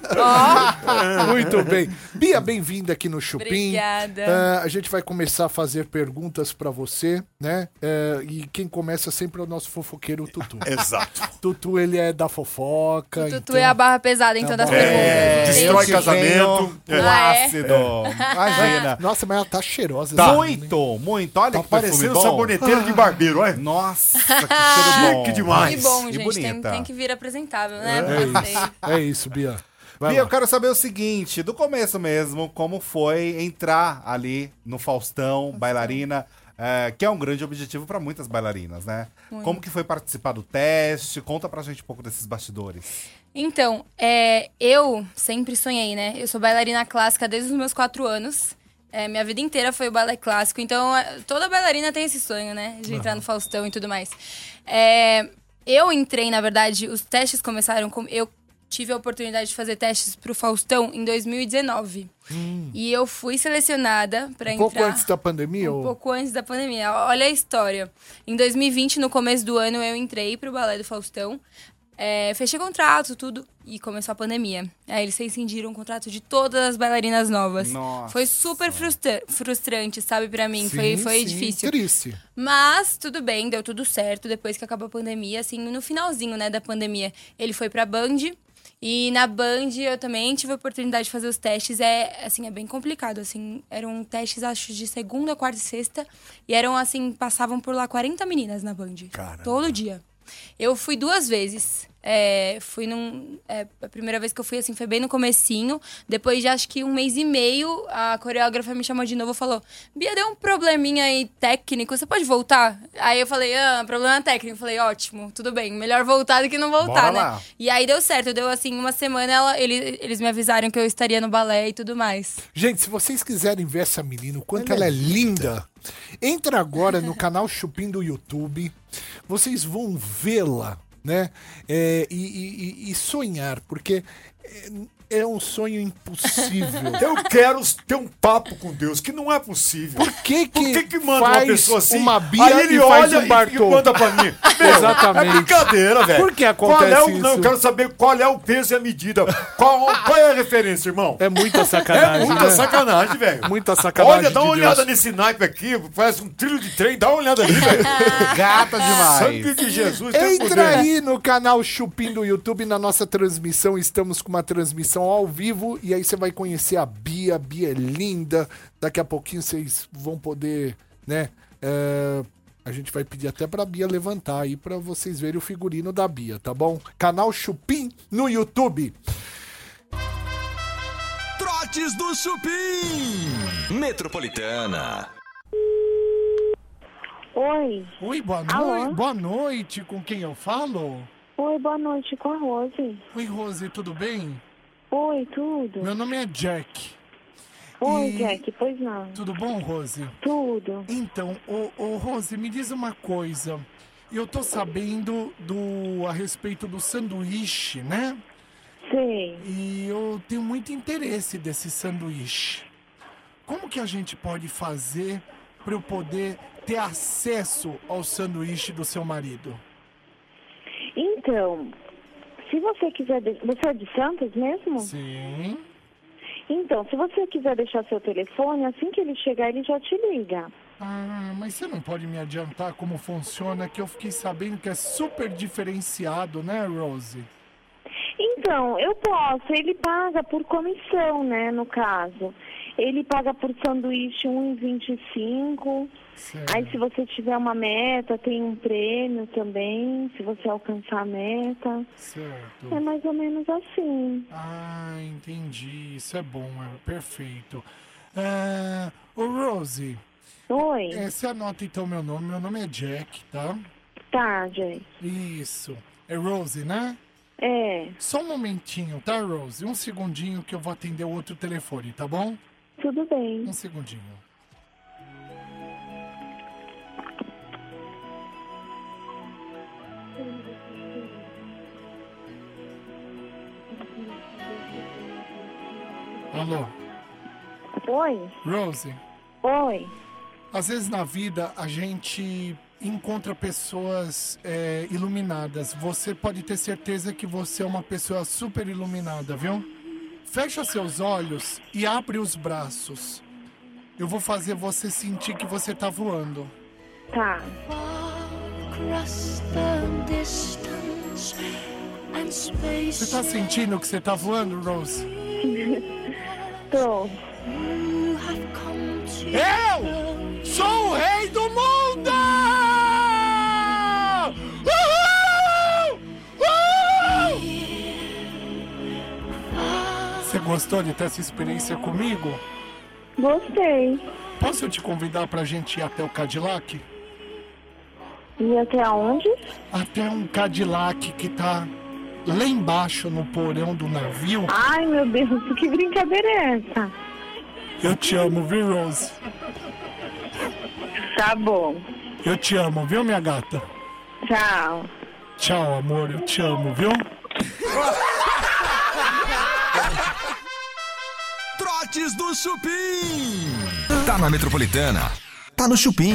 Ó, Muito bem. Bia, bem-vinda aqui no Chupim. Obrigada. Ah, a gente vai começar a fazer perguntas pra você, né? Eh, e quem começa sempre é o nosso fofoqueiro Tutu. Exato. Tutu, ele é da fofoca. Tutu então... é a barra pesada em todas as É, perguntas. destrói Gente, casamento. O Ah, é? ácido. Imagina. Nossa, mas ela tá cheirosa. Tá. essa Muito, muito. Olha Tá que perfume parecendo bom. saboneteiro de barbeiro, olha. Nossa, que cheiro bom. Chique demais. Que bom, E gente. Tem, bonita. tem que vir apresentável, né? É Pra vocês. isso, é isso, Bia. Vai Bia, lá. eu quero saber o seguinte, do começo mesmo, como foi entrar ali no Faustão, bailarina, é, que é um grande objetivo para muitas bailarinas, né? Muito. Como que foi participar do teste? Conta pra gente um pouco desses bastidores. Então, é, eu sempre sonhei, né? Eu sou bailarina clássica desde os meus quatro anos. É, minha vida inteira foi o balé clássico. Então, é, toda bailarina tem esse sonho, né? De entrar no Faustão e tudo mais. É, eu entrei, na verdade, os testes começaram com... Eu tive a oportunidade de fazer testes pro Faustão em dois mil e dezenove. E eu fui selecionada pra Um entrar... pouco antes da pandemia? Um ou... pouco antes da pandemia. Olha a história. Em dois mil e vinte, no começo do ano, eu entrei pro Balé do Faustão. É, fechei contrato, tudo, e começou a pandemia. Aí eles rescindiram o contrato de todas as bailarinas novas. Nossa. Foi super frustra- frustrante, sabe, pra mim. Sim, foi foi sim, difícil. Triste. Mas tudo bem, deu tudo certo depois que acabou a pandemia. Assim, no finalzinho, né, da pandemia, ele foi pra Band. E na Band eu também tive a oportunidade de fazer os testes. É, assim, é bem complicado, assim. Eram testes, acho, de segunda, quarta e sexta. E eram, assim, passavam por lá quarenta meninas na Band. Caramba. Todo dia. Eu fui duas vezes. É, fui num... É, a primeira vez que eu fui, assim, foi bem no comecinho. Depois de, acho que um mês e meio, a coreógrafa me chamou de novo e falou: Bia, deu um probleminha aí técnico, você pode voltar? Aí eu falei, ah, problema técnico. Eu falei, ótimo, tudo bem, melhor voltar do que não voltar, Bora né? lá. E aí deu certo, deu, assim, uma semana, ela, ele, eles me avisaram que eu estaria no balé e tudo mais. Gente, se vocês quiserem ver essa menina, o quanto ela, é linda, entra agora no canal Chupim do YouTube. Vocês vão vê-la, né? É, e, e- e sonhar, porque é, é um sonho impossível. Eu quero ter um papo com Deus, que não é possível. Por que que, Por que que manda uma faz pessoa assim, uma Bia aí ele e faz olha um e, e Bartô? manda pra mim? Meu, Exatamente. É brincadeira, velho. Por que acontece qual é o, isso? Não, eu quero saber qual é o peso e a medida. Qual, qual é a referência, irmão? É muita É sacanagem, muita né? sacanagem, velho. Muita sacanagem Olha, dá uma de olhada Deus. nesse naipe aqui, parece um trilho de trem, dá uma olhada ali, velho. Gata Sangue demais. de Jesus tem Entra poder. aí no canal Chupim do YouTube, na nossa transmissão. Estamos com uma transmissão ao vivo. E aí você vai conhecer a Bia. A Bia é linda. Daqui a pouquinho vocês vão poder, né? é, A gente vai pedir até pra Bia levantar aí pra vocês verem o figurino da Bia, tá bom? Canal Chupim no YouTube. Trotes do Chupim. Metropolitana. Oi. Oi, boa Alô? noite. Boa noite. Com quem eu falo? Oi, boa noite, com a Rose. Oi, Rose, tudo bem? Oi, tudo? Meu nome é Jack. Oi, E- Jack, pois não. Tudo bom, Rose? Tudo. Então, ô, ô Rose, me diz uma coisa. Eu tô sabendo do a respeito do sanduíche, né? Sei. E eu tenho muito interesse desse sanduíche. Como que a gente pode fazer para eu poder ter acesso ao sanduíche do seu marido? Então, se você quiser... de- Você é de Santos mesmo? Sim. Então, se você quiser deixar seu telefone, assim que ele chegar, ele já te liga. Ah, mas você não pode me adiantar como funciona, que eu fiquei sabendo que é super diferenciado, né, Rose? Então, Então, eu posso. Ele paga por comissão, né, no caso. Ele paga por sanduíche um real e vinte e cinco centavos. Aí, se você tiver uma meta, tem um prêmio também, se você alcançar a meta. Certo. É mais ou menos assim. Ah, entendi. Isso é bom, é perfeito. É... Ô, Rose. Oi. É, você anota então meu nome. Meu nome é Jack, tá? Tá, Jack. Isso. É Rose, né? É. Só um momentinho, tá, Rose? Um segundinho que eu vou atender o outro telefone, tá bom? Tudo bem. Um segundinho. Alô? Oi? Rose? Oi? Às vezes na vida a gente encontra pessoas é, iluminadas. Você pode ter certeza que você é uma pessoa super iluminada, viu? Fecha seus olhos e abre os braços. Eu vou fazer você sentir que você tá voando. Tá. Você tá sentindo que você tá voando, Rose? Tô. Eu sou o rei do mundo! Uhul! Uhul! Você gostou de ter essa experiência comigo? Gostei. Posso te convidar pra gente ir até o Cadillac? E até aonde? Até um Cadillac que tá lá embaixo no porão do navio. Ai, meu Deus, que brincadeira é essa? Eu te amo, viu, Rose? Tá bom. Eu te amo, viu, minha gata? Tchau. Tchau, amor, eu te amo, viu? Trotes do Chupim. Tá na Metropolitana. Tá no Chupim.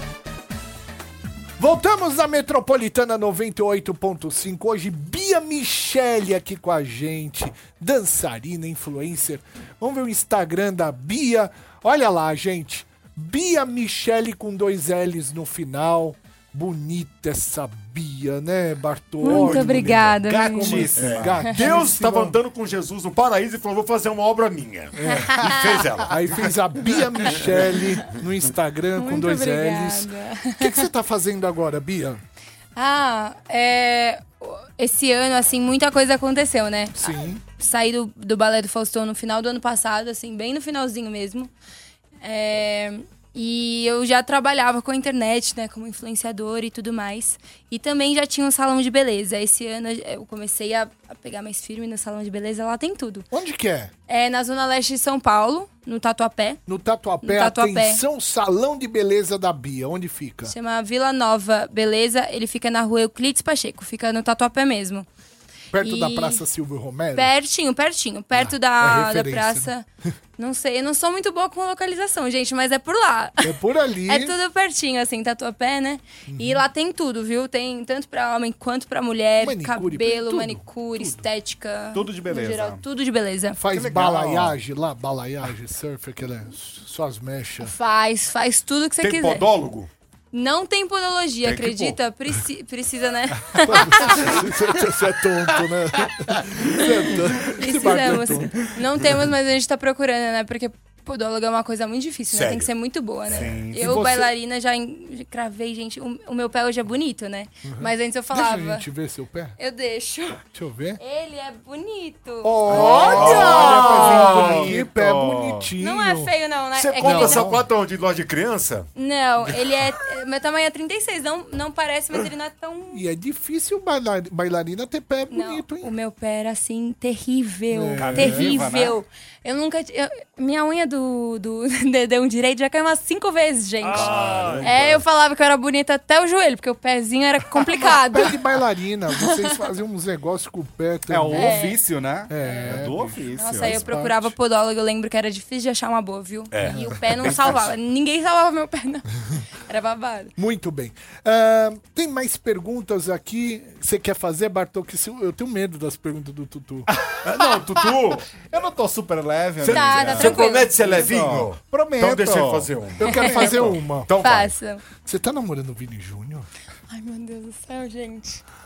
Voltamos na Metropolitana noventa e oito ponto cinco. Hoje, Bia Michele aqui com a gente. Dançarina, influencer. Vamos ver o Instagram da Bia. Olha lá, gente. Bia Michele com dois L's no final. Bonita essa Bia, né, Bartô? Muito obrigada. Gatíssima. É. Gatíssima. Deus estava andando com Jesus no paraíso e falou, vou fazer uma obra minha. É. E fez ela. Aí fez a Bia Michele no Instagram com Muito dois obrigada. L's. O que, que você tá fazendo agora, Bia? Ah, é... Esse ano, assim, muita coisa aconteceu, né? Sim. Saí do, do Balé do Faustão no final do ano passado, assim, bem no finalzinho mesmo. É... E eu já trabalhava com a internet, né, como influenciadora e tudo mais. E também já tinha um salão de beleza. Esse ano eu comecei a, a pegar mais firme no salão de beleza. Lá tem tudo. Onde que é? É na Zona Leste de São Paulo, no Tatuapé. No Tatuapé, No Tatuapé. atenção, Salão de Beleza da Bia. Onde fica? Chama Vila Nova Beleza. Ele fica na rua Euclides Pacheco. Fica no Tatuapé mesmo. Perto E- da Praça Silvio Romero? Pertinho, pertinho. Perto Ah, da, é da referência, praça. Não sei, eu não sou muito boa com localização, gente, mas é por lá. É por ali. É tudo pertinho, assim, Tatuapé, né? E lá tem tudo, viu? Tem tanto pra homem quanto pra mulher. Manicure, cabelo, tudo, manicure, estética. Tudo de beleza. No geral, tudo de beleza. Faz Que legal. balaiagem lá, balaiagem, surf, aquela, só as mechas. Faz, faz tudo que você Tem quiser. podólogo? Não tem podologia, Tem que acredita? Preci- precisa, né? Você é tonto, né? Você é tonto. Esse barco é Precisamos. tonto. Não temos, mas a gente tá procurando, né? Porque podóloga é uma coisa muito difícil, né? Sério? Tem que ser muito boa, né? Sim. E Eu, você- bailarina, já en- cravei, gente. O, o meu pé hoje é bonito, né? Mas antes eu falava. Deixa a gente ver seu pé. Eu deixo. Deixa eu ver. Ele é bonito. Olha! Que bonito. pé bonitinho. Não é feio, não, né? Você é que compra ele sapato onde? Loja de criança? Não, ele é. Meu tamanho é trinta e seis. Não, não parece, mas ele não é tão. E é difícil bailar- bailarina ter pé Não, bonito, hein? o meu pé era assim, terrível. É. Terrível. Eu nunca. t- eu- minha unha do, do dedão direito já caiu umas cinco vezes, gente. É, eu falava que eu era bonita até o joelho, porque o pezinho era complicado. Pé de bailarina. Vocês faziam uns negócios com o pé É o também. ofício, né? É, do ofício. Nossa, aí eu faz procurava parte. podólogo, eu lembro que era difícil de achar uma boa, viu? É. E o pé não salvava. Ninguém salvava meu pé, não. Era babado. Muito bem. Ah, tem mais perguntas aqui que você quer fazer, Bartô? Que se- eu tenho medo das perguntas do Tutu. Ah, não, Tutu. Eu não tô super leve, Você, amiga. Tá, tá você tranquilo. promete ser levinho? Prometo. Então deixa eu fazer um. Eu quero fazer uma. Então vai. Faça. Você tá namorando o Vini Júnior? Ai, meu Deus do céu, gente.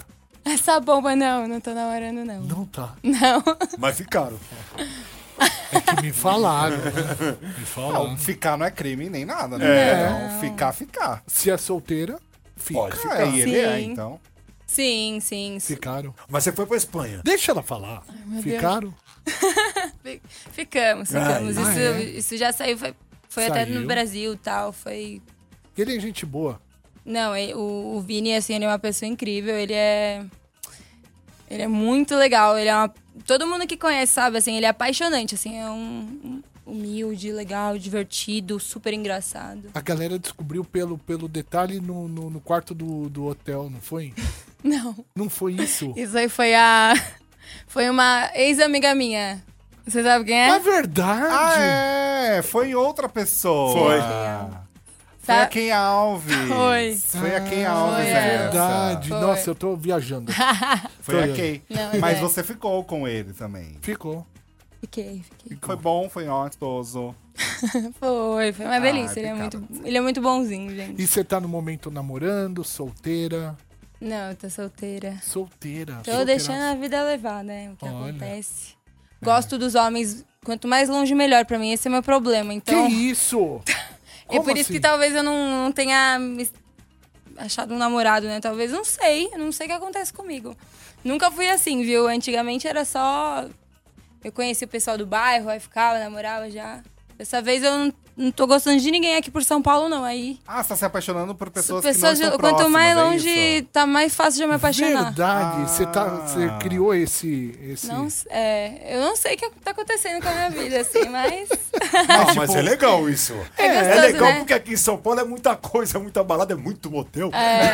Essa bomba, não, não tô namorando, não. Não tá. Não. Mas ficaram. É que me falaram. Né? Me falaram. Não, ficar não é crime nem nada, né? É. Então, ficar, ficar. Se é solteira, fica. Pode ficar. Ah, e ele é, Sim. então. Sim, sim. sim. Ficaram. Mas você foi pra Espanha. Deixa ela falar. meu Ficaram? Fi- Ficamos, ficamos. Ah, isso, é? isso já saiu, foi, foi até Saiu. no Brasil e tal, foi... Ele é gente boa. Não, e- o, o Vini, assim, ele é uma pessoa incrível, ele é... Ele é muito legal, ele é uma... Todo mundo que conhece sabe, assim, ele é apaixonante, assim, é um, um humilde, legal, divertido, super engraçado. A galera descobriu pelo, pelo detalhe no, no, no quarto do, do hotel, não foi? Não, Não foi isso? isso aí foi a... Foi uma ex-amiga minha. Você sabe quem é? É verdade. Ah, é! Foi outra pessoa. Foi. Foi a Sabe? Ken Alves. Foi. Foi a Ken Alves. Foi, É é. verdade. Foi. Nossa, eu tô viajando. Foi a Kay. Não, Mas é. você ficou com ele também. Ficou. Fiquei, fiquei. Foi bom, foi gostoso. Foi, foi uma delícia. Ele é, pecado. muito, ele é muito bonzinho, gente. E você tá no momento namorando, solteira? Não, eu tô solteira. Solteira. Tô solteiraço. deixando a vida levar, né? O que Olha. acontece. Gosto dos homens, quanto mais longe, melhor pra mim. Esse é o meu problema. Que Então, isso? é Como por isso assim? que talvez eu não, não tenha me achado um namorado, né? Talvez, não sei. Eu não sei o que acontece comigo. Nunca fui assim, viu? Antigamente era só... Eu conheci o pessoal do bairro, aí ficava, namorava já. Dessa vez eu não, não tô gostando de ninguém aqui por São Paulo, não. Aí... Ah, você tá se apaixonando por pessoas, pessoas que não de- estão quanto próximas, mais é longe, isso? tá mais fácil de eu me apaixonar. Verdade. Você, tá, Ah. você criou esse... esse... Não, é, eu não sei o que tá acontecendo com a minha vida, assim, mas... Ah, mas é legal isso. É É, gostoso, legal né? porque aqui em São Paulo é muita coisa, muita balada, é muito motel.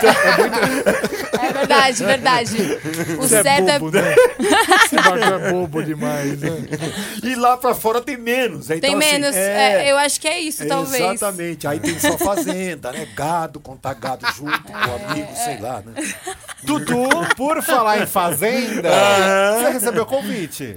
É verdade, verdade. O Você é certo bobo, né? Esse bagulho é bobo demais, né? E lá pra fora tem menos. Então, Tem assim, menos. é, é, eu acho que é isso, talvez. Exatamente. Aí tem só fazenda, né? Gado, contar gado junto com É, amigo, sei lá, né? Dudu, por falar em fazenda, você recebeu convite.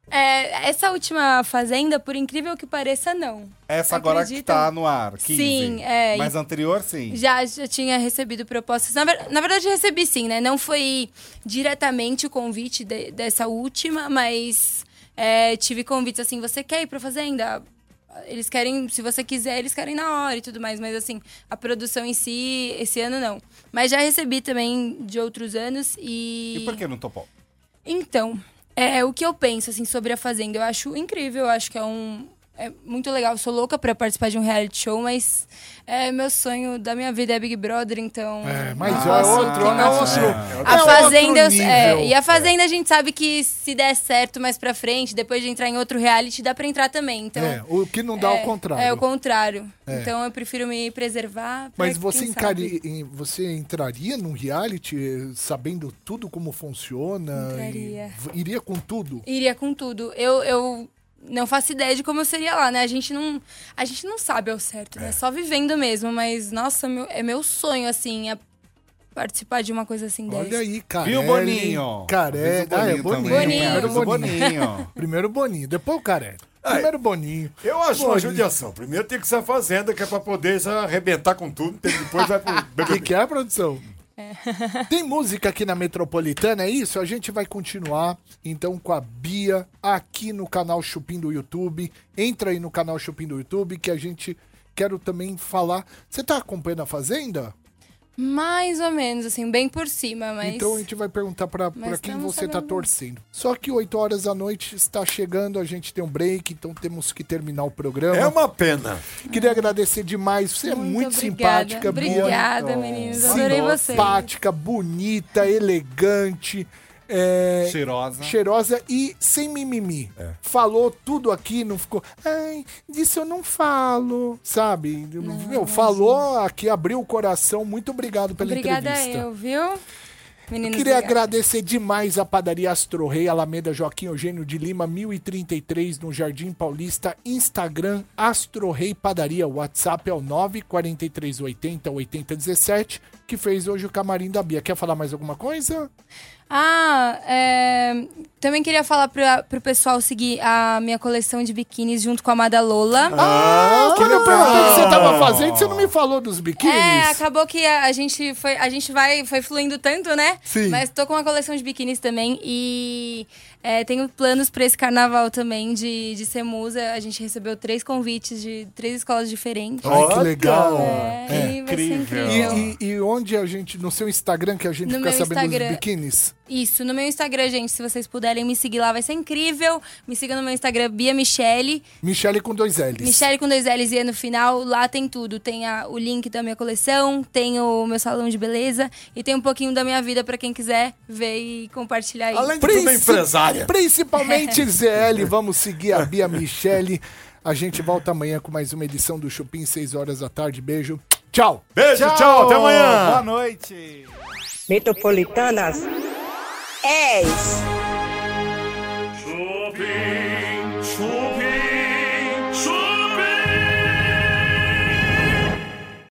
É, essa última fazenda, por incrível que pareça, não. Essa agora que Acredita? tá no ar, quinze. Sim, é, Mas e- anterior, sim. Já, já tinha recebido propostas. Na, ver- na verdade, recebi sim, né? Não foi diretamente o convite de- dessa última, mas é, tive convites assim, você quer ir pra fazenda? Eles querem, se você quiser, eles querem na hora e tudo mais. Mas assim, a produção em si, esse ano não. Mas já recebi também de outros anos e... E por que não topou? Então, é o que eu penso assim sobre a Fazenda. Eu acho incrível, eu acho que é um é muito legal. Eu sou louca pra participar de um reality show, mas é meu sonho da minha vida é Big Brother, então. É, mas não é posso outro, queimar é essa- outro. A é Fazenda, outro eu- é, nível. e a Fazenda a gente sabe que se der certo mais pra frente, depois de entrar em outro reality, dá pra entrar também. Então, É, o que não dá ao contrário. É o contrário. É. Então eu prefiro me preservar. pra Mas você, quem encari- sabe. em- você entraria num reality eh, sabendo tudo como funciona? Entraria. E v- iria com tudo? Iria com tudo. Eu, eu não faço ideia de como eu seria lá, né? A gente não, a gente não sabe ao certo, né? Só vivendo mesmo. Mas, nossa, meu- é meu sonho, assim, é participar de uma coisa assim dessa. Olha aí, cara. Viu, Boninho? Carelli. Avisa o Ah, é Boninho Boninho. também. Boninho. Primeiro Avisa o Boninho. Boninho. Primeiro Boninho, depois o Carelli. Primeiro Boninho. Eu acho uma Boninho. judiação. Primeiro tem que ser a fazenda, que é pra poder já arrebentar com tudo. Depois vai pro O B B B. que, que é, produção? Tem música aqui na Metropolitana, é isso? A gente vai continuar, então, com a Bia aqui no canal Chupim do YouTube. Entra aí no canal Chupim do YouTube, que a gente... Quero também falar... Você tá acompanhando a Fazenda? Mais ou menos, assim, bem por cima, mas... Então a gente vai perguntar pra, Mas pra quem estamos você tá sabendo. torcendo. Só que oito horas da noite está chegando, a gente tem um break, então temos que terminar o programa. É uma pena. Queria agradecer demais, você é muito obrigada. simpática, Bia. Obrigada, meninos. Adorei vocês. Simpática, bonita, elegante, é, Cheirosa. cheirosa e sem mimimi. Falou tudo aqui, não ficou. Ai, disso eu não falo, sabe? Meu, falou aqui, abriu o coração. Muito obrigado pela Obrigada entrevista. eu, viu? Meninos, Queria obrigada. agradecer demais a padaria Astro Rei, Alameda Joaquim Eugênio de Lima, mil e trinta e três, no Jardim Paulista. Instagram, Astro Rei Padaria. WhatsApp é o nove quatro três oito zero oito zero um sete, que fez hoje o camarim da Bia. Quer falar mais alguma coisa? Ah, é... Também queria falar pra, pro pessoal seguir a minha coleção de biquínis junto com a Amada Lola. Ah, que eu perguntei o que você tava fazendo, você não me falou dos biquínis. É, acabou que a, a gente foi, a gente vai, foi fluindo tanto, né? Sim. Mas tô com uma coleção de biquínis também e é, tenho planos pra esse carnaval também de, de ser musa. A gente recebeu três convites de três escolas diferentes. Ai, que legal. É, É. E vai ser incrível. E, e, e onde a gente, no seu Instagram, que a gente No fica meu sabendo Instagram. dos biquínis? Isso, no meu Instagram, gente, se vocês puderem me seguir lá, vai ser incrível. Me siga no meu Instagram, Bia Michele. Michele com dois L's. Michele com dois L's e E no final, lá tem tudo. Tem a, o link da minha coleção, tem o meu salão de beleza e tem um pouquinho da minha vida pra quem quiser ver e compartilhar aí. Além de tudo, é empresária. Principalmente Z L, vamos seguir a Bia Michele. A gente volta amanhã com mais uma edição do Chupim, seis horas da tarde. Beijo. Tchau. Beijo, tchau, tchau até amanhã. Boa noite. Metropolitanas dez. Chupim.